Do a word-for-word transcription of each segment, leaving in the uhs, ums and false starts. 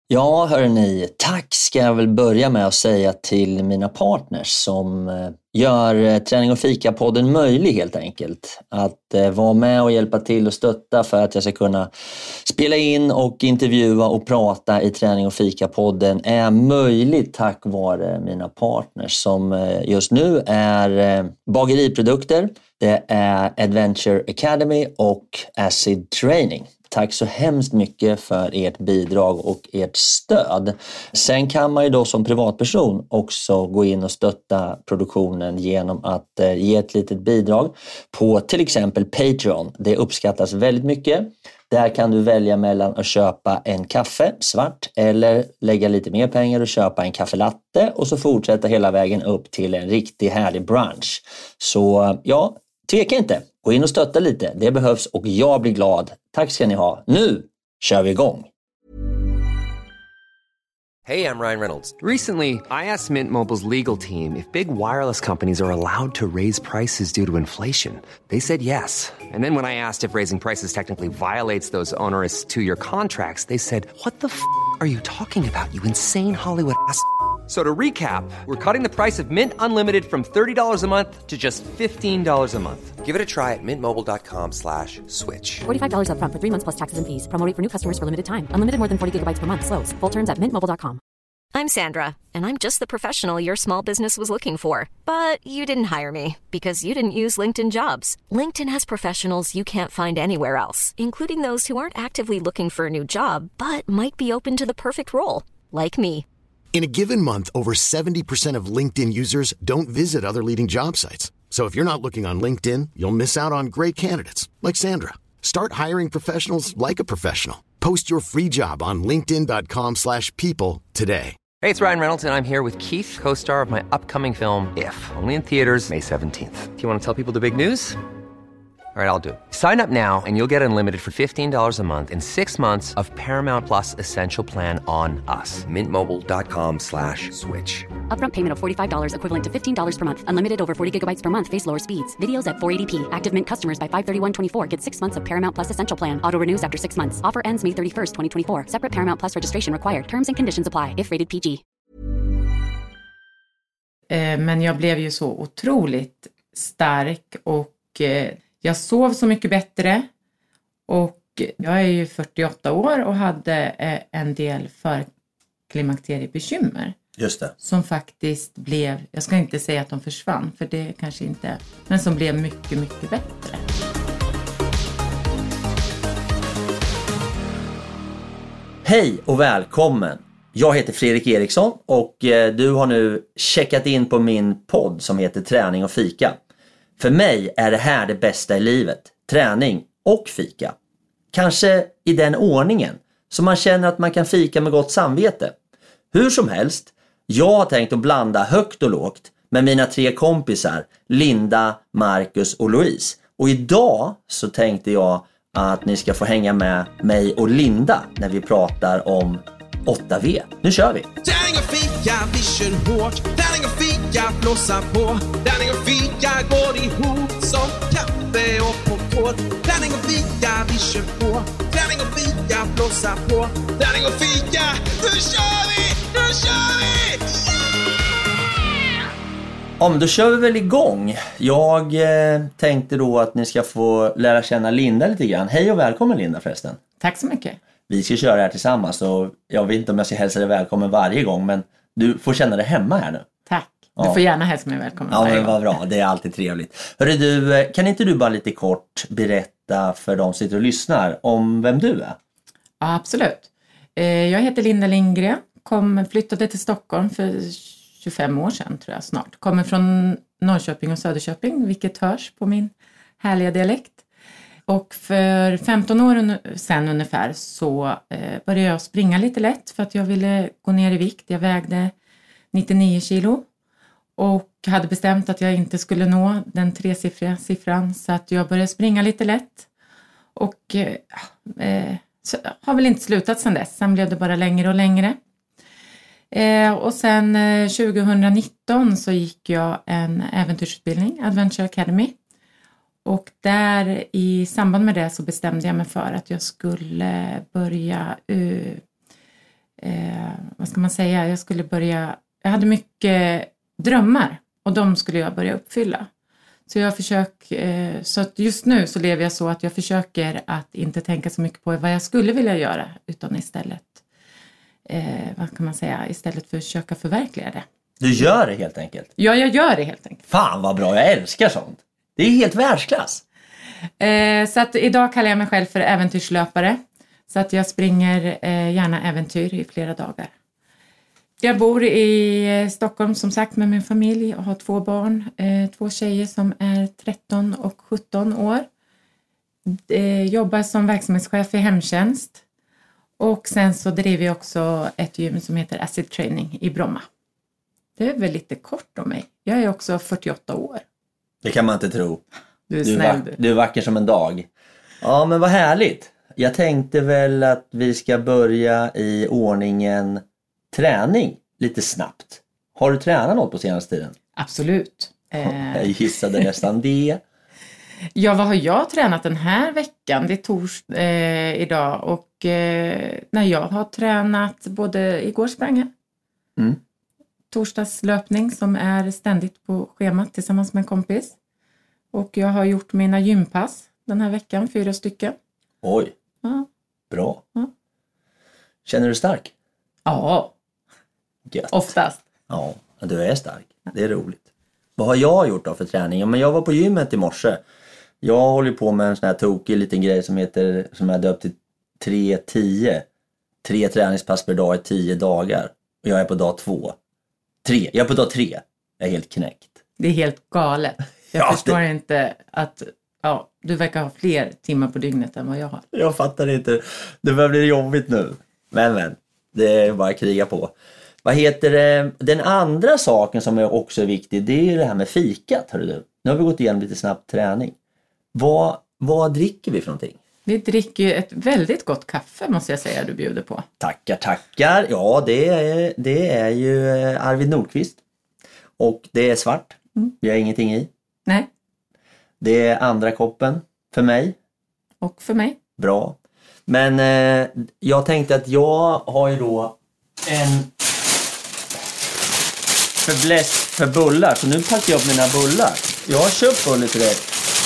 Ja, hörni, tack ska jag väl börja med att säga till mina partners som gör Träning och Fika-podden möjlig helt enkelt. Att eh, vara med och hjälpa till och stötta för att jag ska kunna spela in och intervjua och prata i Träning och Fika-podden är möjligt tack vare mina partners som eh, just nu är eh, bageriprodukter, det är Adventure Academy och Acid Training. Tack så hemskt mycket för ert bidrag och ert stöd. Sen kan man ju då som privatperson också gå in och stötta produktionen genom att eh, ge ett litet bidrag på till exempel Patreon. Det uppskattas väldigt mycket. Där kan du välja mellan att köpa en kaffe svart eller lägga lite mer pengar och köpa en kaffelatte och så fortsätta hela vägen upp till en riktigt härlig brunch. Så ja, tveka inte. Gå in och stötta lite. Det behövs och jag blir glad. Tack ska ni ha. Nu kör vi igång. Hey, I'm Ryan Reynolds. Recently, I asked Mint Mobile's legal team if big wireless companies are allowed to raise prices due to inflation. They said yes. And then when I asked if raising prices technically violates those onerous two-year contracts, they said, "What the f*** are you talking about, you insane Hollywood ass?" So to recap, we're cutting the price of Mint Unlimited from thirty dollars a month to just fifteen dollars a month. Give it a try at mintmobile.com slash switch. forty-five dollars up front for three months plus taxes and fees. Promo rate for new customers for limited time. Unlimited more than forty gigabytes per month. Slows full terms at mint mobile dot com. I'm Sandra, and I'm just the professional your small business was looking for. But you didn't hire me because you didn't use LinkedIn Jobs. LinkedIn has professionals you can't find anywhere else, including those who aren't actively looking for a new job, but might be open to the perfect role, like me. In a given month, over seventy percent of LinkedIn users don't visit other leading job sites. So if you're not looking on LinkedIn, you'll miss out on great candidates like Sandra. Start hiring professionals like a professional. Post your free job on linkedin dot com slash people today. Hey, it's Ryan Reynolds, and I'm here with Keith, co-star of my upcoming film, If, only in theaters May seventeenth. Do you want to tell people the big news? All right, I'll do it. Sign up now and you'll get unlimited for fifteen dollars a month and six months of Paramount Plus Essential Plan on us. Mint Mobile dot com slash switch. Upfront payment of forty-five dollars equivalent to fifteen dollars per month. Unlimited over forty gigabytes per month. Face lower speeds. Videos at four eighty p. Active Mint customers by five thirty-one twenty-four get six months of Paramount Plus Essential Plan. Auto renews after six months. Offer ends May thirty-first, twenty twenty-four. Separate Paramount Plus registration required. Terms and conditions apply if rated P G. Men jag blev ju så otroligt stark och jag sov så mycket bättre och jag är ju fyrtioåtta år och hade en del förklimakteriebekymmer. Just det. Som faktiskt blev, jag ska inte säga att de försvann för det kanske inte, men som blev mycket, mycket bättre. Hej och välkommen. Jag heter Fredrik Eriksson och du har nu checkat in på min podd som heter Träning och Fika. För mig är det här det bästa i livet. Träning och fika. Kanske i den ordningen. Så man känner att man kan fika med gott samvete. Hur som helst. Jag har tänkt att blanda högt och lågt med mina tre kompisar. Linda, Marcus och Louise. Och idag så tänkte jag att ni ska få hänga med mig och Linda när vi pratar om åtta V. Nu kör vi! Träning och fika, vi kör hårt. Träning och fika, blåsa på. Träning och fika går ihop som kaffe och popcorn. Träning och fika, vi kör på. Träning och fika, blåsa på. Träning och fika, nu kör vi! Nu kör vi! Yeah! Ja, men då kör vi väl igång. Jag eh, tänkte då att ni ska få lära känna Linda lite grann. Hej och välkommen Linda förresten. Tack så mycket. Vi ska köra det här tillsammans och jag vet inte om jag ska hälsa dig välkommen varje gång, men du får känna dig hemma här nu. Tack. Du Ja. får gärna hälsa mig välkommen Ja, varje men gång. vad bra. Det är alltid trevligt. Hörru du, kan inte du bara lite kort berätta för de som sitter och lyssnar om vem du är? Ja, absolut. Jag heter Linda Lindgren. Kom, flyttade till Stockholm för tjugofem år sedan tror jag snart. Kommer från Norrköping och Söderköping, vilket hörs på min härliga dialekt. Och för femton år sedan ungefär så eh, började jag springa lite lätt för att jag ville gå ner i vikt. Jag vägde nittionio kilo och hade bestämt att jag inte skulle nå den tresiffriga siffran. Så att jag började springa lite lätt och eh, så har väl inte slutat sedan dess. Sen blev det bara längre och längre. Eh, och sen eh, tjugonitton så gick jag en äventyrsutbildning, Adventure Academy. Och där i samband med det så bestämde jag mig för att jag skulle börja uh, uh, vad ska man säga, jag skulle börja, jag hade mycket drömmar och de skulle jag börja uppfylla. Så jag försöker, så att just nu så lever jag så att jag försöker att inte tänka så mycket på vad jag skulle vilja göra, utan istället, eh, vad kan man säga, istället för att försöka förverkliga det. Du gör det helt enkelt? Ja, jag gör det helt enkelt. Fan vad bra, jag älskar sånt. Det är helt världsklass. Eh, så att idag kallar jag mig själv för äventyrslöpare. Så att jag springer eh, gärna äventyr i flera dagar. Jag bor i Stockholm som sagt med min familj och har två barn. Eh, två tjejer som är tretton och sjutton år. Eh, jobbar som verksamhetschef i hemtjänst. Och sen så driver jag också ett gym som heter Acid Training i Bromma. Det är väl lite kort om mig. Jag är också fyrtioåtta år. Det kan man inte tro. Du är du snäll vack- du. Du är vacker som en dag. Ja, men vad härligt. Jag tänkte väl att vi ska börja i ordningen träning lite snabbt. Har du tränat något på senaste tiden? Absolut. Eh, Jag gissade nästan det. ja, vad har jag tränat den här veckan? Det är tors eh, idag. Och eh, när jag har tränat både igår sprang jag. Mm. Torsdagslöpning som är ständigt på schemat tillsammans med en kompis. Och jag har gjort mina gympass den här veckan, fyra stycken. Oj, Ja. bra. Ja. Känner du stark? Ja, Gött. oftast. Ja, du är stark. Det är roligt. Vad har jag gjort då för träning? Ja, men jag var på gymmet i morse. Jag håller på med en sån här tokig liten grej som heter, som är döpt till tre tio. Tre träningspass per dag i tio dagar. Och jag är på dag två. Tre. Jag är på dag tre. Jag är helt knäckt. Det är helt galet. Jag Ja, förstår det- inte att ja, du verkar ha fler timmar på dygnet än vad jag har. Jag fattar inte. Det börjar bli jobbigt nu. Men men, det är bara att kriga på. Vad heter det? Den andra saken som är också viktig, det är ju det här med fikat, hörru du. Nu har vi gått igenom lite snabbt träning. Vad, vad dricker vi för någonting? Vi dricker ju ett väldigt gott kaffe måste jag säga du bjuder på. Tackar, tackar. Ja, det är, det är ju Arvid Nordqvist. Och det är svart. Vi har ingenting i. Nej, Det är andra koppen för mig. och för mig. Bra. Men eh, jag tänkte att jag har ju då en förbläst för bullar. Så nu packar jag upp mina bullar. Jag har köpt bullar till dig.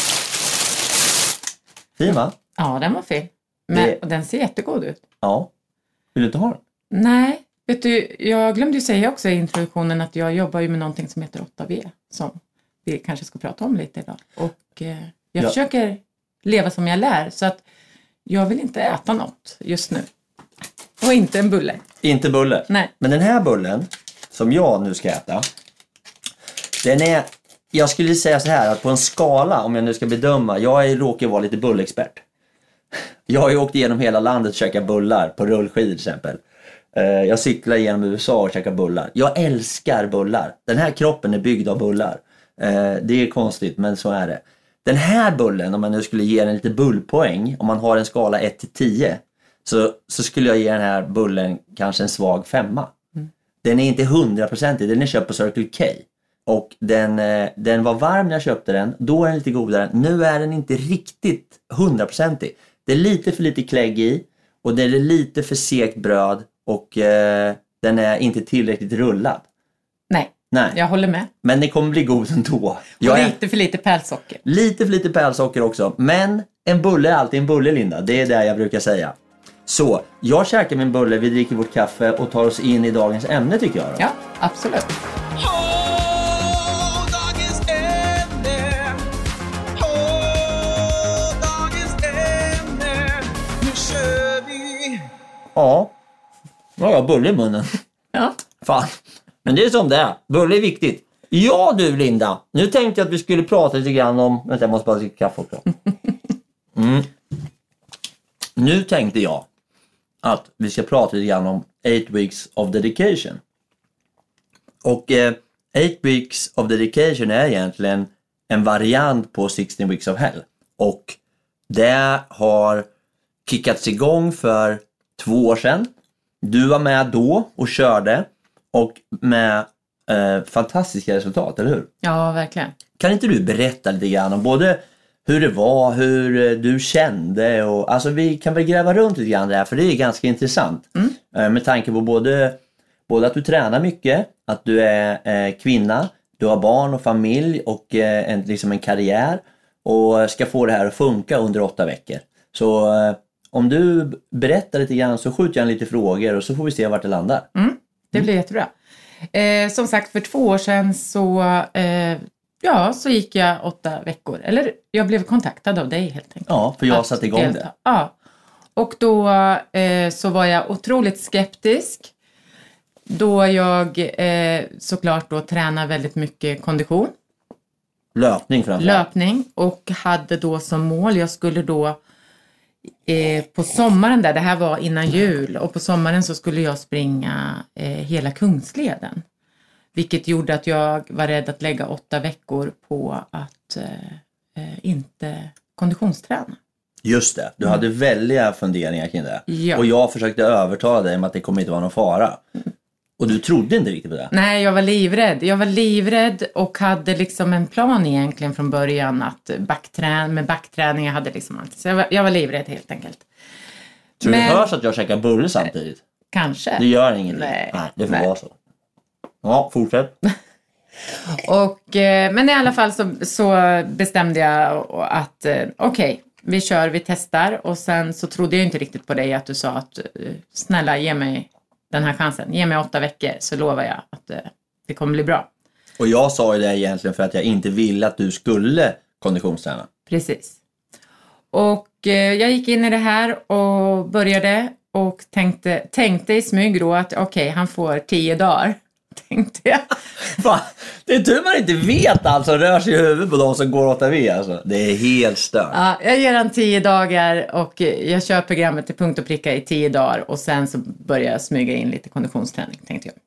Fin va? Ja, den var fin. Men Det- och den ser jättegod ut. Ja. Vill du inte ha den? Nej, vet du, jag glömde ju säga också i introduktionen att jag jobbar ju med någonting som heter åtta V. Som vi kanske ska prata om lite idag. Och eh, jag Ja. försöker leva som jag lär. Så att jag vill inte äta något just nu. Och inte en bulle. Inte bulle. Nej. Men den här bullen som jag nu ska äta, den är, jag skulle säga så här att på en skala, om jag nu ska bedöma, jag är, råkar vara lite bullexpert. Jag har ju åkt igenom hela landet och käkat bullar på rullskidor till exempel. Eh, Jag cyklar genom U S A och käkar bullar. Jag älskar bullar. Den här kroppen är byggd av bullar. Eh, Det är konstigt, men så är det. Den här bullen, om man nu skulle ge den lite bullpoäng, om man har en skala ett till tio, så, så skulle jag ge den här bullen kanske en svag femma. Den är inte hundraprocentig, den är köpt på Circle K. Och den, eh, den var varm när jag köpte den, då är den lite godare. Nu är den inte riktigt hundraprocentig. Det är lite för lite klägg i och det är lite för segt bröd och eh, den är inte tillräckligt rullad. Nej, Nej, jag håller med. men den kommer bli god ändå. Och Jag är lite för lite pärlsocker. lite för lite pärlsocker också, men en bulle är alltid en bulle, Linda. Det är det jag brukar säga. Så, jag käkar min bulle, vi dricker vårt kaffe och tar oss in i dagens ämne tycker jag då. Ja, absolut. Åh, dagens ämne. Åh, dagens ämne. Nu kör vi. Ja, nu har jag bulle i munnen. Ja. Fan, men det är som det är. Bulle är viktigt. Ja du Linda, nu tänkte jag att vi skulle prata lite grann om... Vänta, jag måste bara dricka kaffe också. Mm. Nu tänkte jag att vi ska prata lite grann om eight weeks of dedication. Och eh, eight weeks of dedication är egentligen en variant på sixteen weeks of hell. Och det har kickats igång för två år sedan. Du var med då och körde och med eh, fantastiska resultat, eller hur? Ja, verkligen. Kan inte du berätta lite grann om både hur det var, hur eh, du kände och alltså vi kan väl gräva runt lite grann där för det är ganska intressant. Mm. Eh, med tanke på både, både att du tränar mycket, att du är eh, kvinna, du har barn och familj och eh, en, liksom en karriär och ska få det här att funka under åtta veckor. Så eh, om du berättar lite grann så skjuter jag lite frågor och så får vi se vart det landar. Mm, det blir jättebra. Eh, som sagt, för två år sedan så, eh, ja, så gick jag åtta veckor. Eller jag blev kontaktad av dig helt enkelt. Ja, för jag satte igång delta. det. Ja, och då eh, så var jag otroligt skeptisk. Då jag eh, såklart då tränar väldigt mycket kondition. Löpning framförallt. Löpning och hade då som mål, jag skulle då eh, på sommaren där, det här var innan jul. Och på sommaren så skulle jag springa eh, hela Kungsleden. Vilket gjorde att jag var rädd att lägga åtta veckor på att eh, inte konditionsträna. Just det, du mm. hade väldiga funderingar kring det. Ja. Och jag försökte övertala dig om att det kommer inte vara någon fara. Mm. Och du trodde inte riktigt på det? Nej, jag var livrädd. Jag var livrädd och hade liksom en plan egentligen från början att backträ- med backträning jag hade liksom alltid. Så jag var, jag var livrädd helt enkelt. Tror Men... du hörs att jag käkar bulle samtidigt? Kanske. Det gör ingenting. Nej, Nej det får nej. vara så. Ja, fortsätt. och, eh, men i alla fall så, så bestämde jag att eh, okej, okay, vi kör, vi testar. Och sen så trodde jag inte riktigt på dig att du sa att snälla ge mig den här chansen. Ge mig åtta veckor så lovar jag att eh, det kommer bli bra. Och jag sa ju det egentligen för att jag inte ville att du skulle konditionsträna. Precis. Och eh, jag gick in i det här och började och tänkte, tänkte i smyg då att okej, okay, han får tio dagar. Tänkte jag. Va? Det är tur man inte vet allt som rör sig i huvudet på de som går åtta V. Alltså. Det är helt stört. Ja, jag ger han tio dagar och jag kör programmet till punkt och pricka i tio dagar. Och sen så börjar jag smyga in lite konditionsträning, tänkte jag.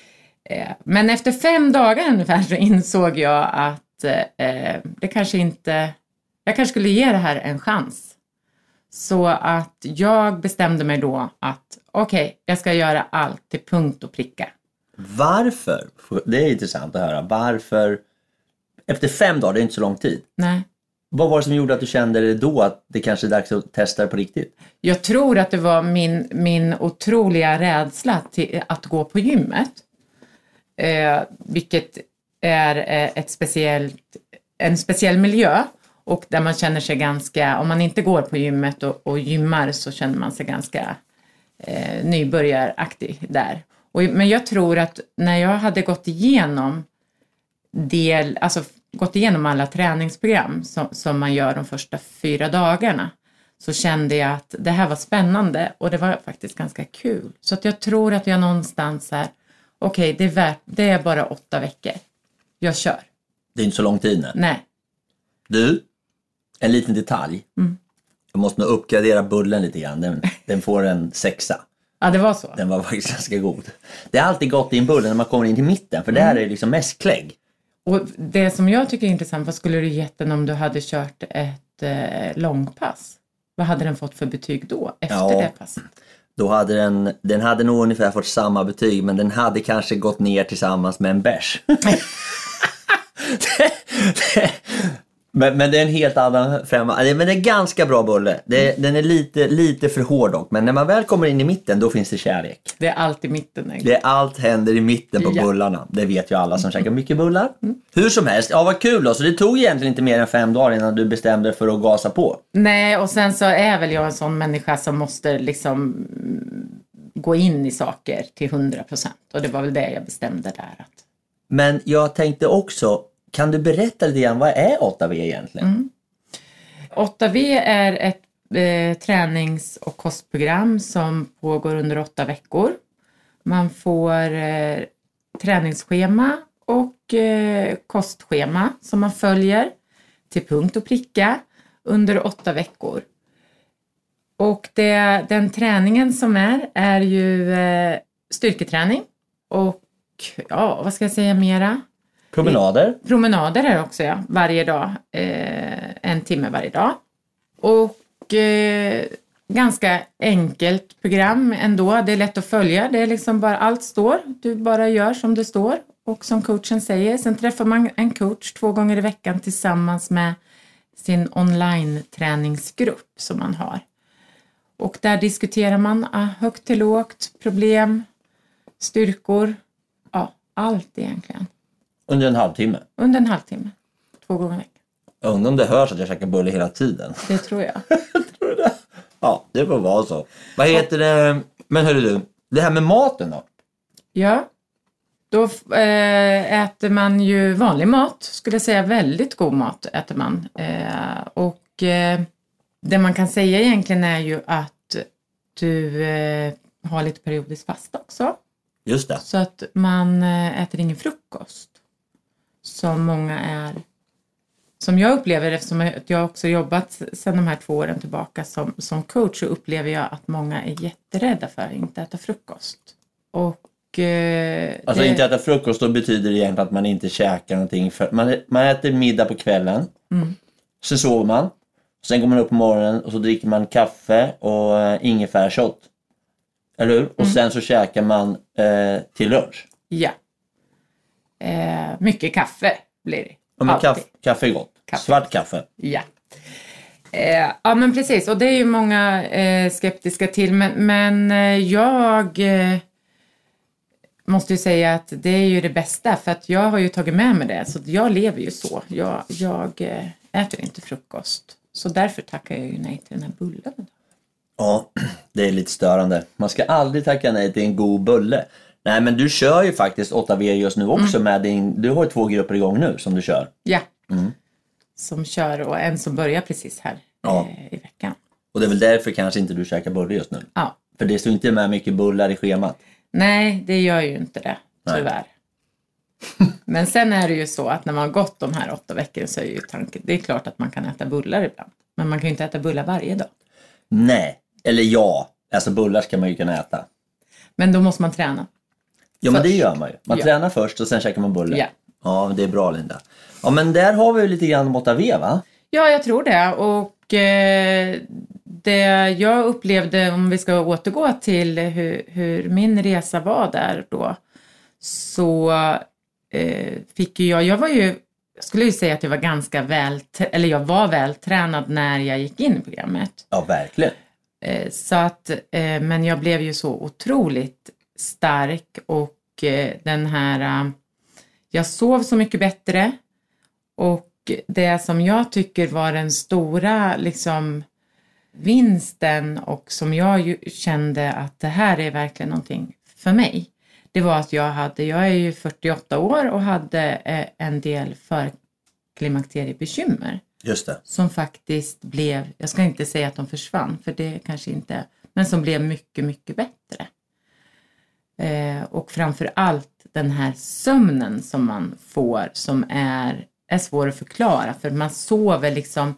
Men efter fem dagar ungefär så insåg jag att eh, det kanske inte... Jag kanske skulle ge det här en chans. Så att jag bestämde mig då att okej, okay, jag ska göra allt till punkt och pricka. Varför? Det är intressant att höra. Varför? Efter fem dagar, det är inte så lång tid. Nej. Vad var det som gjorde att du kände det då att det kanske är dags att testa det på riktigt? Jag tror att det var min, min otroliga rädsla till att gå på gymmet. Eh, vilket är eh, ett speciellt, en speciell miljö. Och där man känner sig ganska, om man inte går på gymmet och, och gymmar så känner man sig ganska eh, nybörjaraktig där. Och, men jag tror att när jag hade gått igenom del, alltså gått igenom alla träningsprogram som, som man gör de första fyra dagarna så kände jag att det här var spännande och det var faktiskt ganska kul. Så att jag tror att jag någonstans här, okej, okay, det, är värt, det är bara åtta veckor. Jag kör. Det är inte så lång tid nu. Nej. Du, en liten detalj. Mm. Jag måste nog uppgradera bullen lite grann. Den, den får en sexa. Ja, det var så. Den var faktiskt ganska god. Det är alltid gott i en bulle när man kommer in till mitten. För mm. där är det liksom mest klägg. Och det som jag tycker är intressant, vad skulle du gett den om du hade kört ett eh, långpass? Vad hade den fått för betyg då, efter ja, det passet? Då hade den, den hade nog ungefär fått samma betyg, men den hade kanske gått ner tillsammans med en bärs. det, det, men, men det är en helt annan främmande. Men det är ganska bra bulle. Det, den är lite, lite för hård dock. Men när man väl kommer in i mitten, då finns det kärlek. Det är allt i mitten. Det är allt händer i mitten på ja. bullarna. Det vet ju alla som käkar mycket bullar. Mm. Hur som helst, ja vad kul då. Så det tog egentligen inte mer än fem dagar innan du bestämde dig för att gasa på. Nej, och sen så är väl jag en sån människa som måste liksom gå in i saker till hundra procent. Och det var väl det jag bestämde där. Att... Men jag tänkte också... Kan du berätta lite grann, vad är åtta V egentligen? Mm. åtta V är ett eh, tränings- och kostprogram som pågår under åtta veckor. Man får eh, träningsschema och eh, kostschema som man följer till punkt och pricka under åtta veckor. Och det, den träningen som är, är ju eh, styrketräning och ja, vad ska jag säga mera? Promenader. Promenader är också, ja. Varje dag. Eh, en timme varje dag. Och eh, ganska enkelt program ändå. Det är lätt att följa. Det är liksom bara allt står. Du bara gör som det står. Och som coachen säger. Sen träffar man en coach två gånger i veckan tillsammans med sin online-träningsgrupp som man har. Och där diskuterar man ah, högt till lågt, problem, styrkor, ja, allt egentligen. Under en halvtimme? Under en halvtimme, två gånger i veckan. Jag undrar om det hörs att jag käkar bulle hela tiden. Det tror jag. Tror du det? Ja, det får vara så. Vad heter det? Men hörru du, det här med maten då? Ja, då äh, äter man ju vanlig mat, skulle jag säga. Väldigt god mat äter man. Äh, och äh, det man kan säga egentligen är ju att du äh, har lite periodiskt fasta också. Just det. Så att man äh, äter ingen frukost. Som många är... Som jag upplever, eftersom jag också jobbat sedan de här två åren tillbaka som, som coach, så upplever jag att många är jätterädda för att inte äta frukost. Och, eh, alltså det... inte äta frukost, då betyder det egentligen att man inte käkar någonting. För man, man äter middag på kvällen, mm. så sover man. Sen går man upp på morgonen och så dricker man kaffe och äh, ingefärshot. Eller hur? Och mm. sen så käkar man äh, till lunch. Ja. Eh, mycket kaffe blir det. Ja, men kaffe, kaffe är gott. Kaffe. Svart kaffe. Ja. Eh, ja, men precis. Och det är ju många eh, skeptiska till. Men, men eh, jag eh, måste ju säga att det är ju det bästa. För att jag har ju tagit med mig det. Så jag lever ju så. Jag, jag eh, äter inte frukost. Så därför tackar jag ju nej till den här bullen. Ja, det är lite störande. Man ska aldrig tacka nej till en god bulle. Nej, men du kör ju faktiskt åtta V just nu också mm. med din... Du har ju två grupper igång nu som du kör. Ja, mm. som kör och en som börjar precis här ja. eh, i veckan. Och det är väl därför kanske inte du käkar bulle just nu? Ja. För det står inte med mycket bullar i schemat. Nej, det gör ju inte det, tyvärr. Men sen är det ju så att när man har gått de här åtta veckorna så är ju tanken... Det är klart att man kan äta bullar ibland. Men man kan ju inte äta bullar varje dag. Nej, eller ja. Alltså bullar ska man ju kunna äta. Men då måste man träna. Ja, men det gör man ju. Man ja. tränar först och sen käkar man bullar. Ja. Ja, det är bra, Linda. Ja, men där har vi ju lite grann om åtta V, va? Ja, jag tror det. Och eh, det jag upplevde, om vi ska återgå till hur, hur min resa var där då, så eh, fick ju jag, jag var ju, jag skulle ju säga att jag var ganska väl, eller jag var vältränad när jag gick in i programmet. Ja, verkligen. Eh, så att, eh, men jag blev ju så otroligt stark och eh, den här, eh, jag sov så mycket bättre och det som jag tycker var den stora liksom vinsten och som jag ju kände att det här är verkligen någonting för mig. Det var att jag hade, jag är ju fyrtioåtta år och hade eh, en del förklimakteriebekymmer. Just det. Som faktiskt blev, jag ska inte säga att de försvann för det kanske inte, men som blev mycket, mycket bättre. Eh, och framför allt den här sömnen som man får som är, är svår att förklara. För man sover liksom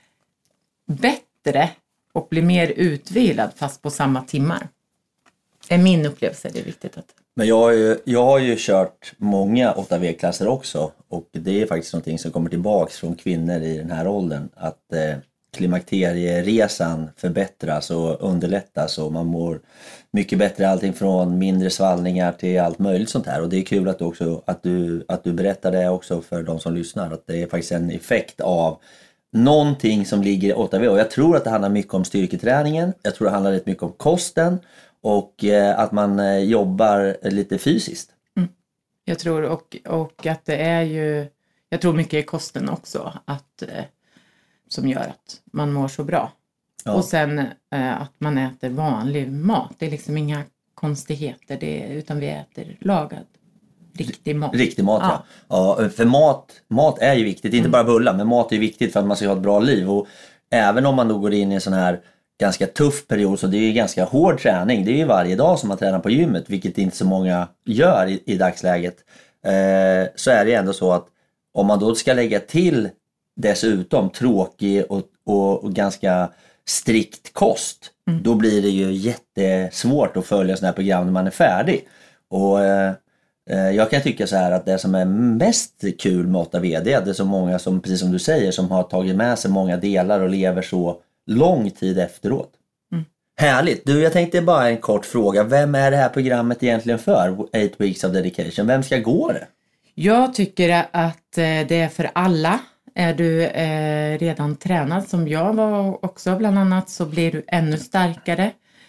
bättre och blir mer utvilad fast på samma timmar. Det är min upplevelse, det är viktigt att... Men jag har ju, jag har ju kört många åtta V-klasser också. Och det är faktiskt någonting som kommer tillbaks från kvinnor i den här åldern. Att eh, klimakterieresan förbättras och underlättas och man mår mycket bättre, allting från mindre svallningar till allt möjligt sånt här. Och det är kul att du, också, att du, att du berättar det också för de som lyssnar, att det är faktiskt en effekt av någonting som ligger i åtta V. Och jag tror att det handlar mycket om styrketräningen, jag tror det handlar rätt mycket om kosten och eh, att man eh, jobbar lite fysiskt. Mm. Jag tror och, och att det är ju, jag tror mycket i kosten också, att eh, som gör att man mår så bra. Ja. Och sen eh, att man äter vanlig mat. Det är liksom inga konstigheter. Det är, utan vi äter lagad, riktig mat. Riktig mat, ja. ja. ja för mat, mat är ju viktigt. Inte mm. bara bullar, men mat är viktigt för att man ska ha ett bra liv. Och även om man då går in i en sån här ganska tuff period, så det är ju ganska hård träning. Det är ju varje dag som man tränar på gymmet, vilket inte så många gör i, i dagsläget. Eh, så är det ändå så att om man då ska lägga till dessutom tråkig och, och, och ganska strikt kost, mm. då blir det ju jättesvårt att följa sådana här program när man är färdig. Och eh, jag kan tycka så här att det som är mest kul med åtta V, det är att det är så många som, precis som du säger, som har tagit med sig många delar och lever så lång tid efteråt. Mm. Härligt. Du, jag tänkte bara en kort fråga. Vem är det här programmet egentligen för? Eight Weeks of Dedication. Vem ska gå det? Jag tycker att det är för alla. Är du eh, redan tränad som jag var också bland annat, så blir du ännu starkare.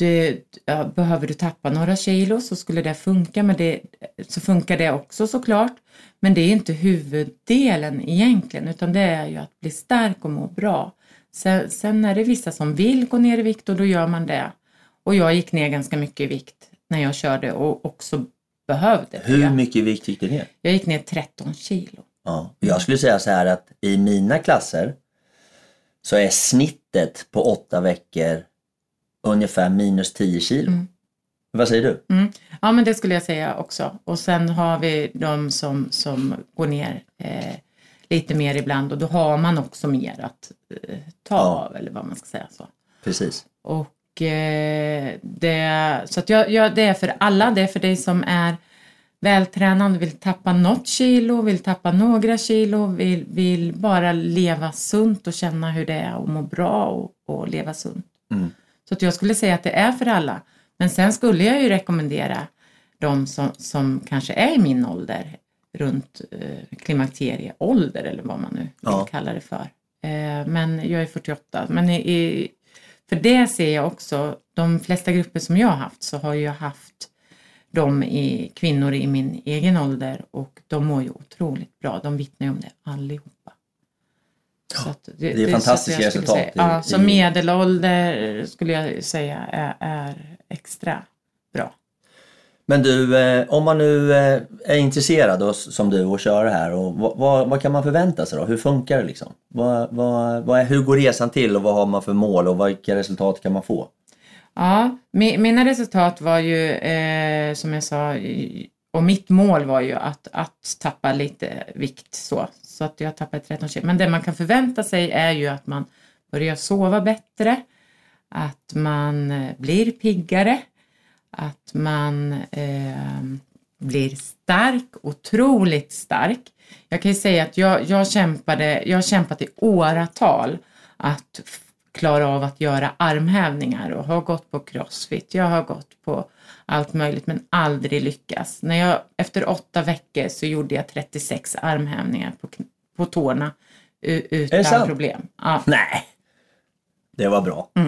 det, ja, behöver du tappa några kilo så skulle det funka, men det, så funkar det också såklart. Men det är inte huvuddelen egentligen, utan det är ju att bli stark och må bra. Sen, sen är det vissa som vill gå ner i vikt och då gör man det. Och jag gick ner ganska mycket i vikt när jag körde och också behövde. Hur mycket i vikt gick du ner? Jag gick ner tretton kilo. Ja, jag skulle säga så här att i mina klasser så är snittet på åtta veckor ungefär minus tio kilo. Mm. Vad säger du? Mm. Ja, men det skulle jag säga också. Och sen har vi de som, som går ner eh, lite mer ibland. Och då har man också mer att eh, ta ja. av, eller vad man ska säga så. Precis. Och eh, det, så att jag, jag, det är för alla. Det är för dig som är vältränad, vill tappa något kilo, vill tappa några kilo, vill, vill bara leva sunt och känna hur det är och må bra och, och leva sunt. Mm. Så att jag skulle säga att det är för alla. Men sen skulle jag ju rekommendera de som, som kanske är i min ålder, runt eh, klimakterieålder eller vad man nu vill ja. kalla det för. Eh, men jag är fyrtioåtta. Men i, i, för det ser jag också, de flesta grupper som jag har haft så har jag haft de i kvinnor i min egen ålder och de mår ju otroligt bra. De vittnar ju om det allihopa. Ja, så att det, det är det, fantastiska så resultat. Säga, ja, så medelålder skulle jag säga är, är extra bra. Men du, eh, om man nu eh, är intresserad då, som du och kör här, och vad, vad, vad kan man förvänta sig då? Hur funkar det liksom? Vad, vad, vad är, hur går resan till och vad har man för mål och vilka resultat kan man få? Ja, mina resultat var ju eh, som jag sa, och mitt mål var ju att, att tappa lite vikt så. Så att jag tappade tretton kilo. Men det man kan förvänta sig är ju att man börjar sova bättre. Att man blir piggare. Att man eh, blir stark, otroligt stark. Jag kan ju säga att jag, jag kämpade, jag har kämpat i åratal att klara av att göra armhävningar och har gått på crossfit. Jag har gått på allt möjligt men aldrig lyckas. När jag, efter åtta veckor så gjorde jag trettiosex armhävningar på, på tårna utan problem. Ja. Nej, det var bra. Mm.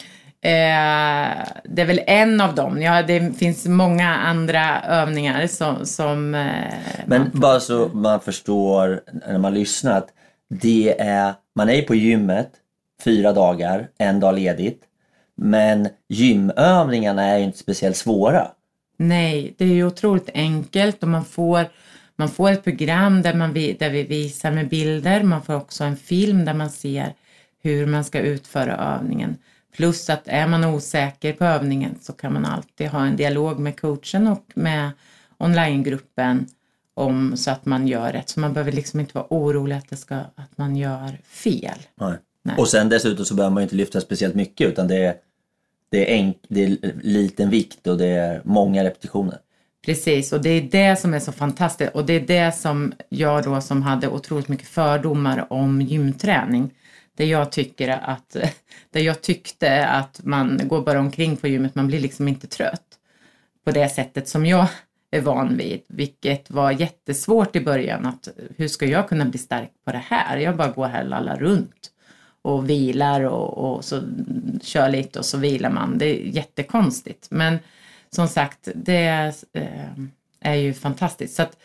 Eh, det är väl en av dem. Ja, det finns många andra övningar som... som eh, men bara så man förstår när man lyssnar att det är, man är på gymmet fyra dagar, en dag ledigt. Men gymövningarna är ju inte speciellt svåra. Nej, det är ju otroligt enkelt och man får, man får ett program där, man, där vi visar med bilder. Man får också en film där man ser hur man ska utföra övningen. Plus att är man osäker på övningen så kan man alltid ha en dialog med coachen och med onlinegruppen om så att man gör rätt. Så man behöver liksom inte vara orolig att, det ska, att man gör fel. Nej. Nej. Och sen dessutom så behöver man inte lyfta speciellt mycket utan det är, det är, enk, det är liten vikt och det är många repetitioner. Precis, och det är det som är så fantastiskt och det är det som jag då som hade otroligt mycket fördomar om gymträning. Där jag, tycker att, där jag tyckte att man går bara omkring på gymmet, man blir liksom inte trött på det sättet som jag är van vid. Vilket var jättesvårt i början, att hur ska jag kunna bli stark på det här? Jag bara går här och lallar runt och vilar och, och så kör lite och så vilar man. Det är jättekonstigt, men som sagt, det eh, är ju fantastiskt. Så att,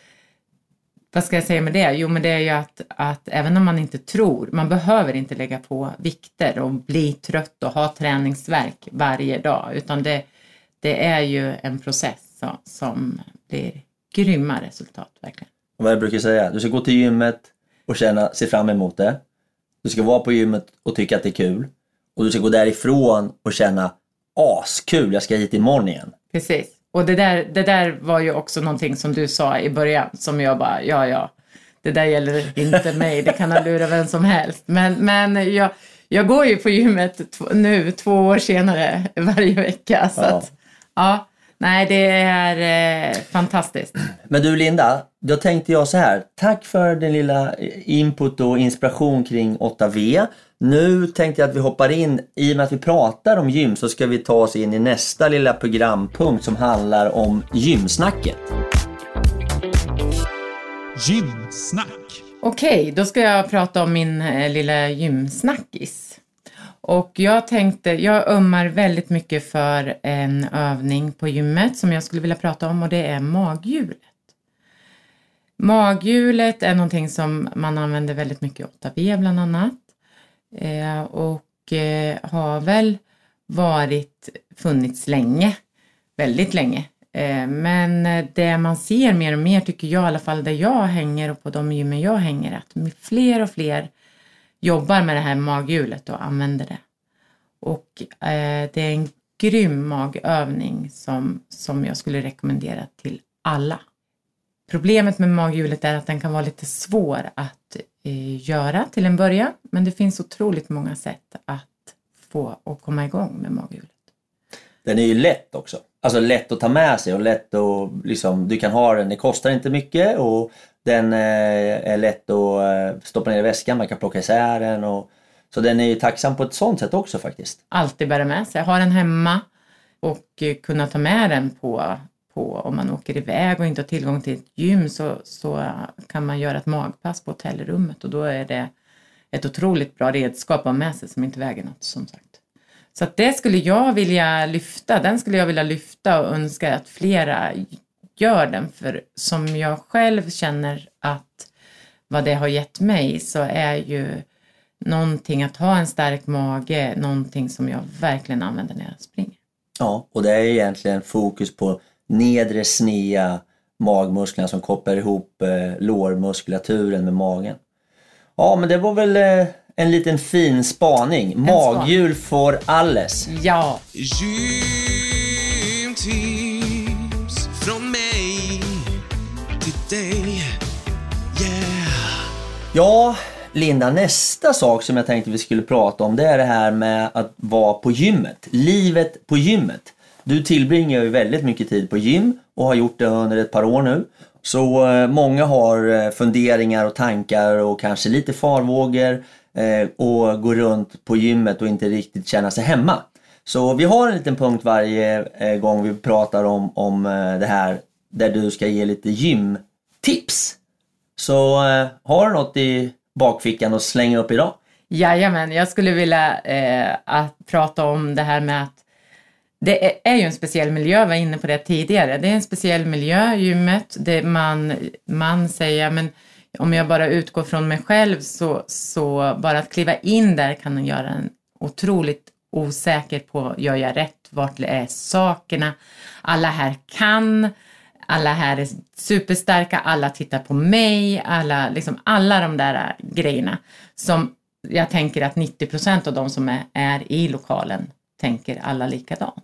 vad ska jag säga med det? Jo, men det är ju att, att även om man inte tror, man behöver inte lägga på vikter och bli trött och ha träningsvärk varje dag. Utan det, det är ju en process så, som blir grymma resultat verkligen. Och vad jag brukar säga, du ska gå till gymmet och känna, se fram emot det. Du ska vara på gymmet och tycka att det är kul. Och du ska gå därifrån och känna, askul, jag ska hit imorgon igen. Precis. Och det där, det där var ju också någonting som du sa i början som jag bara, ja ja, det där gäller inte mig, det kan ha lura vem som helst. Men, men jag, jag går ju på gymmet t- nu två år senare varje vecka. Så ja. Att, ja, nej det är eh, fantastiskt. Men du Linda, då tänkte jag så här, tack för den lilla input och inspiration kring åtta V. Nu tänkte jag att vi hoppar in, i och med att vi pratar om gym så ska vi ta oss in i nästa lilla programpunkt som handlar om gymsnacket. Gymsnack. Okej, då ska jag prata om min eh, lilla gymsnackis. Och jag tänkte, jag ömmar väldigt mycket för en övning på gymmet som jag skulle vilja prata om, och det är maghjulet. Maghjulet är någonting som man använder väldigt mycket i åtta V bland annat. Eh, och eh, har väl varit funnits länge, väldigt länge. Eh, men det man ser mer och mer, tycker jag i alla fall där jag hänger och på de gymmen jag hänger, att fler och fler jobbar med det här maghjulet och använder det. Och eh, det är en grym magövning som, som jag skulle rekommendera till alla. Problemet med maghjulet är att den kan vara lite svår att eh, göra till en början. Men det finns otroligt många sätt att få och komma igång med maghjulet. Den är ju lätt också. Alltså lätt att ta med sig och lätt att liksom, du kan ha den, det kostar inte mycket och den är lätt att stoppa ner i väskan, man kan plocka isär den och så den är ju tacksam på ett sånt sätt också faktiskt. Alltid bära med sig, ha den hemma och kunna ta med den på, på om man åker iväg och inte har tillgång till ett gym så, så kan man göra ett magpass på hotellrummet och då är det ett otroligt bra redskap att ha med sig som inte väger något som sagt. Så att det skulle jag vilja lyfta, den skulle jag vilja lyfta och önska att flera gör den. För som jag själv känner att vad det har gett mig så är ju någonting att ha en stark mage, någonting som jag verkligen använder när jag springer. Ja, och det är egentligen fokus på nedre snea magmusklerna som kopplar ihop eh, lårmuskulaturen med magen. Ja, men det var väl eh, en liten fin spaning. Maghjul för alles. Ja. Gymtips från mig till dig. Yeah. Ja, Linda, nästa sak som jag tänkte vi skulle prata om det är det här med att vara på gymmet. Livet på gymmet. Du tillbringar ju väldigt mycket tid på gym och har gjort det under ett par år nu. Så eh, många har eh, funderingar och tankar och kanske lite farvågor eh, och går runt på gymmet och inte riktigt känna sig hemma. Så vi har en liten punkt varje eh, gång vi pratar om, om eh, det här där du ska ge lite gymtips. Så eh, har du något i bakfickan och slänga upp idag? Jajamän, jag skulle vilja eh, att prata om det här med att det är, är ju en speciell miljö, jag var inne på det tidigare. Det är en speciell miljö, gymmet. Det man, man säger, men om jag bara utgår från mig själv så, så bara att kliva in där kan man göra en otroligt osäker på, gör jag rätt, vart är sakerna. Alla här kan, alla här är superstarka, alla tittar på mig, alla, liksom alla de där grejerna som jag tänker att nittio procent av de som är, är i lokalen tänker alla likadant.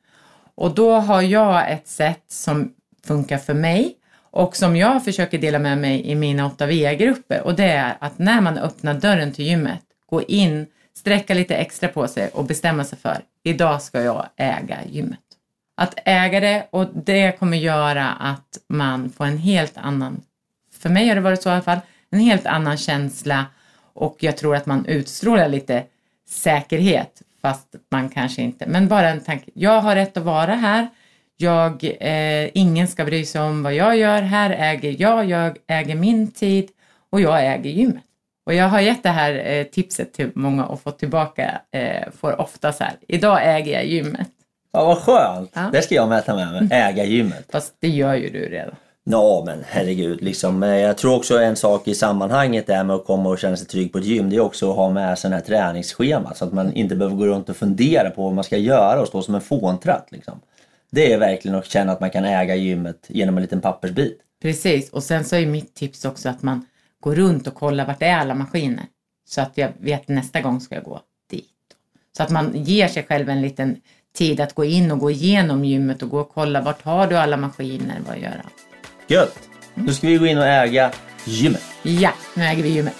Och då har jag ett sätt som funkar för mig och som jag försöker dela med mig i mina åtta V-grupper. Och det är att när man öppnar dörren till gymmet, gå in, sträcka lite extra på sig och bestämma sig för, idag ska jag äga gymmet. Att äga det, och det kommer göra att man får en helt annan, för mig har det varit så i alla fall, en helt annan känsla och jag tror att man utstrålar lite säkerhet. Fast man kanske inte, men bara en tanke. Jag har rätt att vara här. Jag, eh, ingen ska bry sig om vad jag gör. Här äger jag, jag äger min tid och jag äger gymmet. Och jag har gett det här eh, tipset till många och fått tillbaka, eh, får ofta så här. Idag äger jag gymmet. Ja, vad skönt. Ja. Det ska jag mäta med mig. Äga gymmet. Fast det gör ju du redan. Ja, men herregud. Liksom, jag tror också en sak i sammanhanget är med att komma och känna sig trygg på ett gym. Det är också att ha med sig den här träningsschema. Så att man inte behöver gå runt och fundera på vad man ska göra och stå som en fåntratt. Liksom. Det är verkligen att känna att man kan äga gymmet genom en liten pappersbit. Precis. Och sen så är mitt tips också att man går runt och kollar vart är alla maskiner. Så att jag vet nästa gång ska jag gå dit. Så att man ger sig själv en liten tid att gå in och gå igenom gymmet och gå och kolla vart har du alla maskiner, vad gör jag. Gött. Nu ska vi gå in och äga gymmet. Ja, nu äger vi gymmet.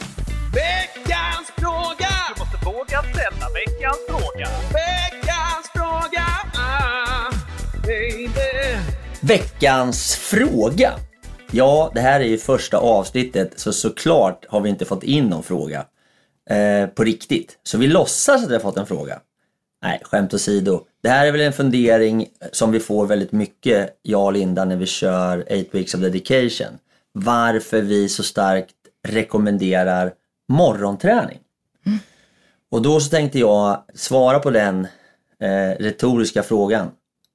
Veckans fråga! Du måste våga ställa veckans fråga. Veckans fråga! Ah, baby. Veckans fråga. Ja, det här är ju första avsnittet så såklart har vi inte fått in någon fråga eh, på riktigt. Så vi låtsas att vi har fått en fråga. Nej, skämt åsido. Det här är väl en fundering som vi får väldigt mycket, jag och Linda, när vi kör eight weeks of dedication. Varför vi så starkt rekommenderar morgonträning. Mm. Och då så tänkte jag svara på den eh, retoriska frågan.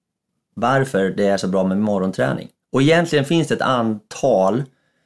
Varför det är så bra med morgonträning. Och egentligen finns det ett antal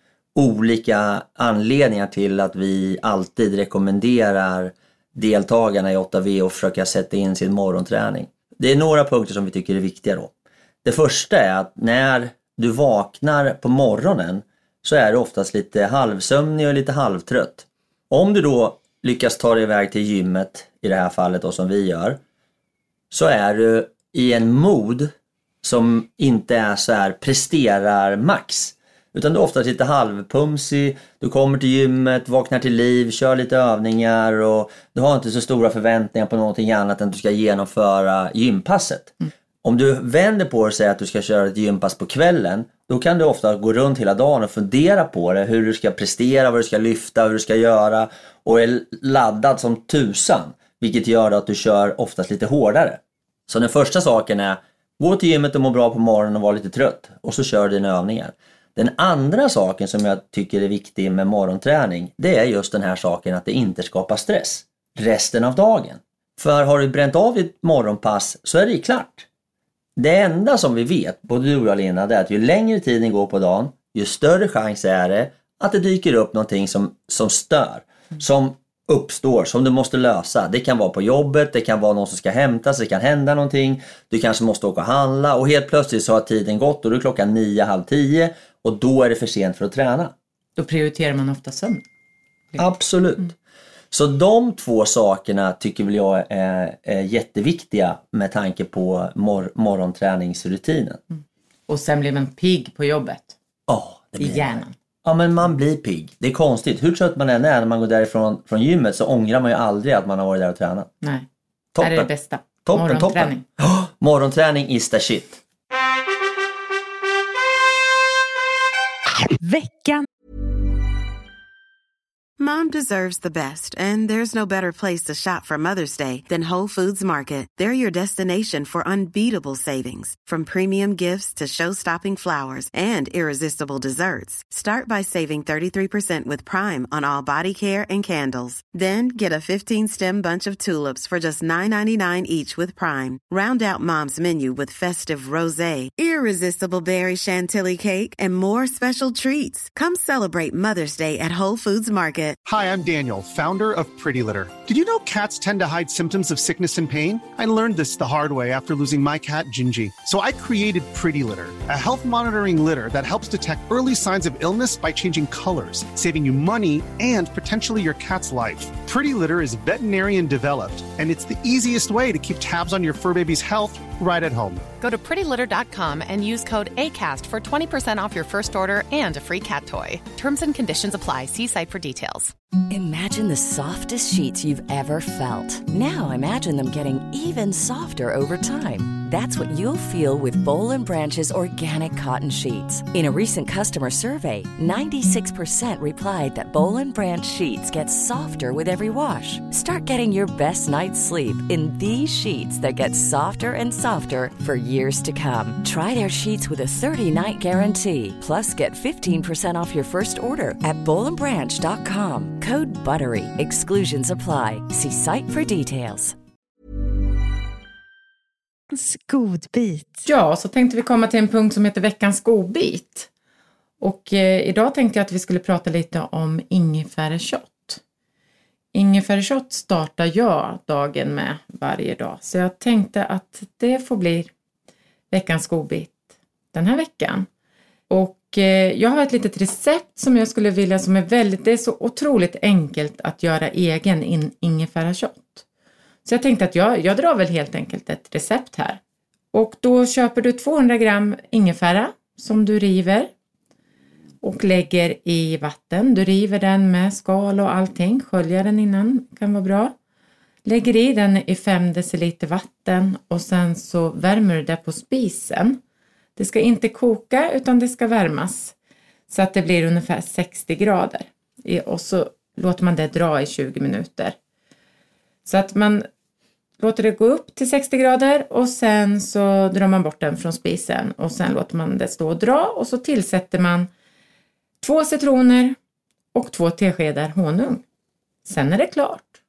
olika anledningar till att vi alltid rekommenderar deltagarna i åtta V att försöka sätta in sin morgonträning. Det är några punkter som vi tycker är viktiga då. Det första är att när du vaknar på morgonen så är du oftast lite halvsömnig och lite halvtrött. Om du då lyckas ta dig iväg till gymmet, i det här fallet då som vi gör, så är du i en mod som inte är så här presterar max. Utan du är ofta lite halvpumsig, du kommer till gymmet, vaknar till liv, kör lite övningar och du har inte så stora förväntningar på någonting annat än att du ska genomföra gympasset. Mm. Om du vänder på och säger att du ska köra ett gympass på kvällen, då kan du ofta gå runt hela dagen och fundera på det, hur du ska prestera, vad du ska lyfta, hur du ska göra och är laddad som tusan, vilket gör att du kör oftast lite hårdare. Så den första saken är, gå till gymmet och må bra på morgonen och vara lite trött och så kör du dina övningar. Den andra saken som jag tycker är viktig med morgonträning, det är just den här saken att det inte skapar stress resten av dagen. För har du bränt av ditt morgonpass så är det klart. Det enda som vi vet, både du och jag Lina, det är att ju längre tiden går på dagen, ju större chans är det att det dyker upp någonting som, som stör, som uppstår, som du måste lösa. Det kan vara på jobbet, det kan vara någon som ska hämtas, det kan hända någonting, du kanske måste åka och handla och helt plötsligt så har tiden gått och då är klockan nio, halv tio och då är det för sent för att träna. Då prioriterar man ofta sömn. Absolut. Mm. Så de två sakerna tycker väl jag är, är jätteviktiga med tanke på mor- morgonträningsrutinen. Mm. Och sen blir man pigg på jobbet. Ja, oh, det blir i hjärnan. Ja, men man blir pigg. Det är konstigt. Hur trött man än är när man går därifrån från gymmet så ångrar man ju aldrig att man har varit där och tränat. Nej, toppen. det är det bästa. Toppen, morgonträning. Toppen. Oh, morgonträning is the shit. Veckan. Mom deserves the best, and there's no better place to shop for Mother's Day than Whole Foods Market. They're your destination for unbeatable savings, from premium gifts to show-stopping flowers and irresistible desserts. Start by saving thirty-three percent with Prime on all body care and candles. Then get a fifteen-stem bunch of tulips for just nine ninety-nine each with Prime. Round out Mom's menu with festive rosé, irresistible berry chantilly cake, and more special treats. Come celebrate Mother's Day at Whole Foods Market. Hi, I'm Daniel, founder of Pretty Litter. Did you know cats tend to hide symptoms of sickness and pain? I learned this the hard way after losing my cat, Gingy. So I created Pretty Litter, a health monitoring litter that helps detect early signs of illness by changing colors, saving you money and potentially your cat's life. Pretty Litter is veterinarian developed, and it's the easiest way to keep tabs on your fur baby's health right at home. Go to pretty litter dot com and use code ACAST for twenty percent off your first order and a free cat toy. Terms and conditions apply. See site for details. Imagine the softest sheets you've ever felt. Now imagine them getting even softer over time. That's what you'll feel with Boll and Branch's organic cotton sheets. In a recent customer survey, ninety-six percent replied that Boll and Branch sheets get softer with every wash. Start getting your best night's sleep in these sheets that get softer and softer for years to come. Try their sheets with a thirty-night guarantee. Plus, get fifteen percent off your first order at boll and branch dot com. Code BUTTERY. Exclusions apply. See site for details. Godbit. Ja, så tänkte vi komma till en punkt som heter veckans godbit. Och eh, idag tänkte jag att vi skulle prata lite om ingefäreshot. Ingefäreshot startar jag dagen med varje dag. Så jag tänkte att det får bli veckans godbit den här veckan. Och eh, jag har ett litet recept som jag skulle vilja, som är väldigt, det är så otroligt enkelt att göra egen in, ingefäreshot. Så jag tänkte att jag, jag drar väl helt enkelt ett recept här. Och då köper du tvåhundra gram ingefära som du river och lägger i vatten. Du river den med skal och allting. Sköljer den innan, kan vara bra. Lägger i den i fem deciliter vatten och sen så värmer du det på spisen. Det ska inte koka utan det ska värmas så att det blir ungefär sextio grader. Och så låter man det dra i tjugo minuter. Så att man låter det gå upp till sextio grader och sen så drar man bort den från spisen. Och sen låter man det stå och dra och så tillsätter man två citroner och två teskedar honung. Sen är det klart.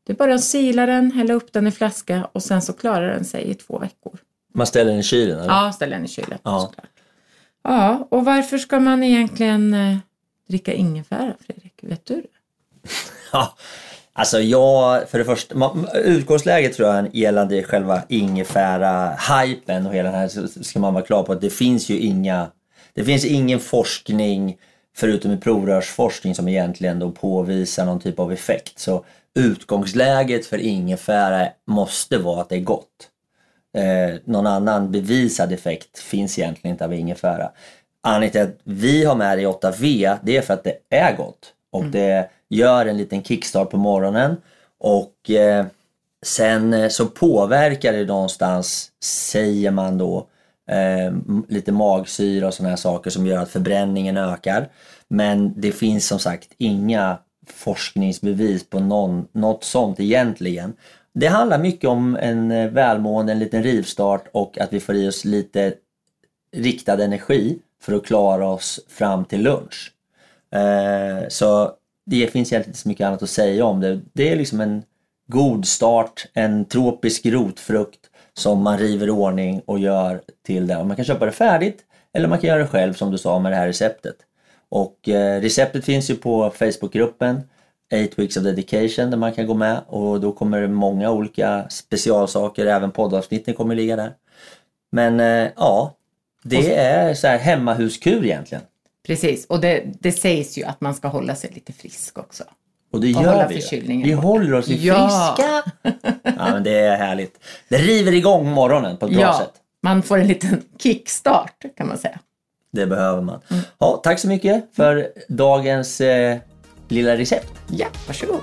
Det är bara att sila den, hälla upp den i flaska och sen så klarar den sig i två veckor. Man ställer den i kylen, eller? Ja, ställer den i kylen. Ja. Såklart. Ja, och varför ska man egentligen eh, dricka ingefära, Fredrik? Vet du det? Ja, alltså jag, för det första, man, utgångsläget tror jag gällande själva ingefära-hypen och hela den här, så ska man vara klar på att det finns ju inga, det finns ingen forskning förutom i provrörsforskning som egentligen då påvisar någon typ av effekt. Så utgångsläget för ingefära måste vara att det är gott. Eh, någon annan bevisad effekt finns egentligen inte av ingefära. Anledningen till att vi har med det i åtta V, det är för att det är gott. Och mm. det gör en liten kickstart på morgonen. Och eh, sen eh, så påverkar det någonstans, säger man då, eh, lite magsyra och såna här saker som gör att förbränningen ökar. Men det finns som sagt inga forskningsbevis på någon, något sånt egentligen. Det handlar mycket om en välmående, en liten rivstart och att vi får i oss lite riktad energi för att klara oss fram till lunch. Eh, så det finns egentligen inte så mycket annat att säga om det. Det är liksom en god start, en tropisk rotfrukt som man river i ordning och gör till det. Och man kan köpa det färdigt eller man kan göra det själv som du sa med det här receptet. Och eh, receptet finns ju på Facebookgruppen eight weeks of dedication där man kan gå med och då kommer det många olika specialsaker, även poddavsnitten kommer ligga där. Men eh, ja, det är så här hemmahuskur egentligen. Precis, och det, det sägs ju att man ska hålla sig lite frisk också. Och det gör vi. Vi håller oss ju ja. friska. Ja, men det är härligt. Det river igång morgonen på ett bra ja, sätt. Man får en liten kickstart kan man säga. Det behöver man. Mm. Ja, tack så mycket för dagens eh, lilla recept. Ja, varsågod.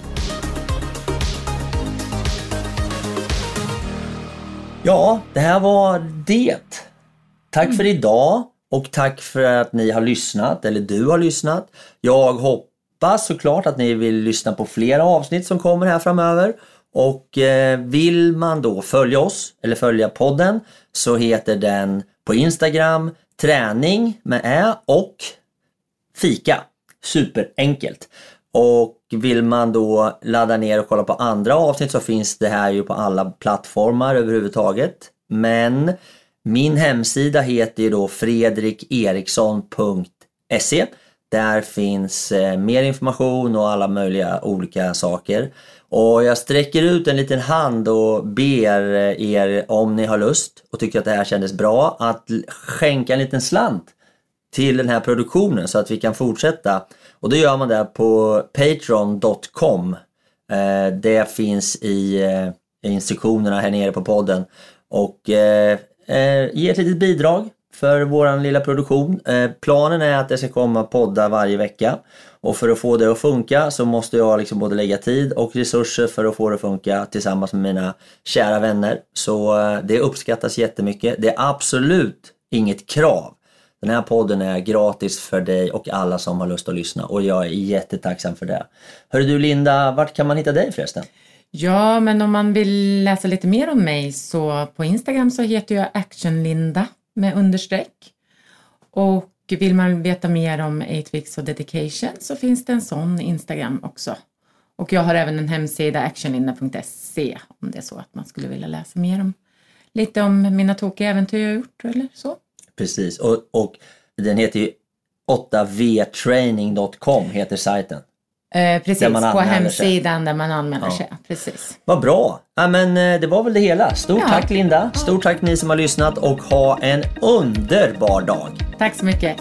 Ja, det här var det. Tack mm. för idag och tack för att ni har lyssnat, eller du har lyssnat. Jag hoppas såklart att ni vill lyssna på flera avsnitt som kommer här framöver. Och eh, vill man då följa oss eller följa podden så heter den på Instagram träning med ä och fika. Superenkelt. Och vill man då ladda ner och kolla på andra avsnitt så finns det här ju på alla plattformar överhuvudtaget. Men min hemsida heter ju då fredrik eriksson punkt se. Där finns eh, mer information och alla möjliga olika saker. Och jag sträcker ut en liten hand och ber er, om ni har lust och tycker att det här kändes bra, att skänka en liten slant till den här produktionen så att vi kan fortsätta. Och då gör man det på patreon punkt com. Eh, det finns i eh, instruktionerna här nere på podden. Och eh, eh, ge ett litet bidrag för våran lilla produktion. Eh, planen är att det ska komma poddar varje vecka. Och för att få det att funka så måste jag liksom både lägga tid och resurser för att få det att funka tillsammans med mina kära vänner. Så eh, det uppskattas jättemycket. Det är absolut inget krav. Den här podden är gratis för dig och alla som har lust att lyssna. Och jag är jättetacksam för det. Hörru du Linda, vart kan man hitta dig förresten? Ja, men om man vill läsa lite mer om mig så på Instagram så heter jag actionlinda med understreck. Och vill man veta mer om eight weeks of dedication så finns det en sån Instagram också. Och jag har även en hemsida actionlinda punkt se om det är så att man skulle vilja läsa mer om lite om mina tokiga äventyr jag har gjort eller så. Precis, och, och den heter ju åtta v training punkt com heter sajten. Eh, precis, på hemsidan sig. Där man anmäler ja. sig. Precis. Vad bra. Ja, men det var väl det hela. Stort ja. tack Linda. Stort tack ni som har lyssnat och ha en underbar dag. Tack så mycket.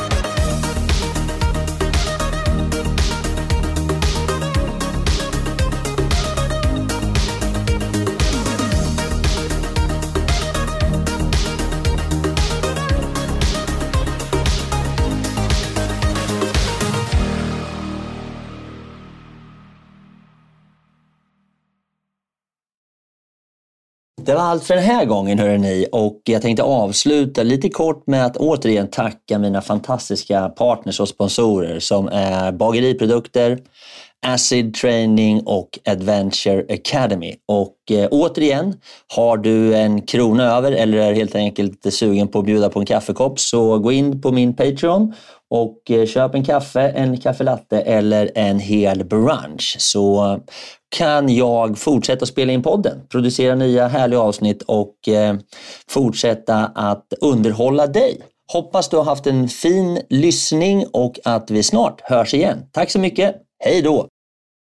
Det var allt för den här gången hörrni och jag tänkte avsluta lite kort med att återigen tacka mina fantastiska partners och sponsorer som är bageriprodukter, Acid Training och Adventure Academy. Och eh, återigen, har du en krona över eller är helt enkelt sugen på att bjuda på en kaffekopp, så gå in på min Patreon och eh, köp en kaffe, en kaffelatte eller en hel brunch, så kan jag fortsätta spela in podden, producera nya härliga avsnitt och eh, fortsätta att underhålla dig. Hoppas du har haft en fin lyssning och att vi snart hörs igen. Tack så mycket. Hej då!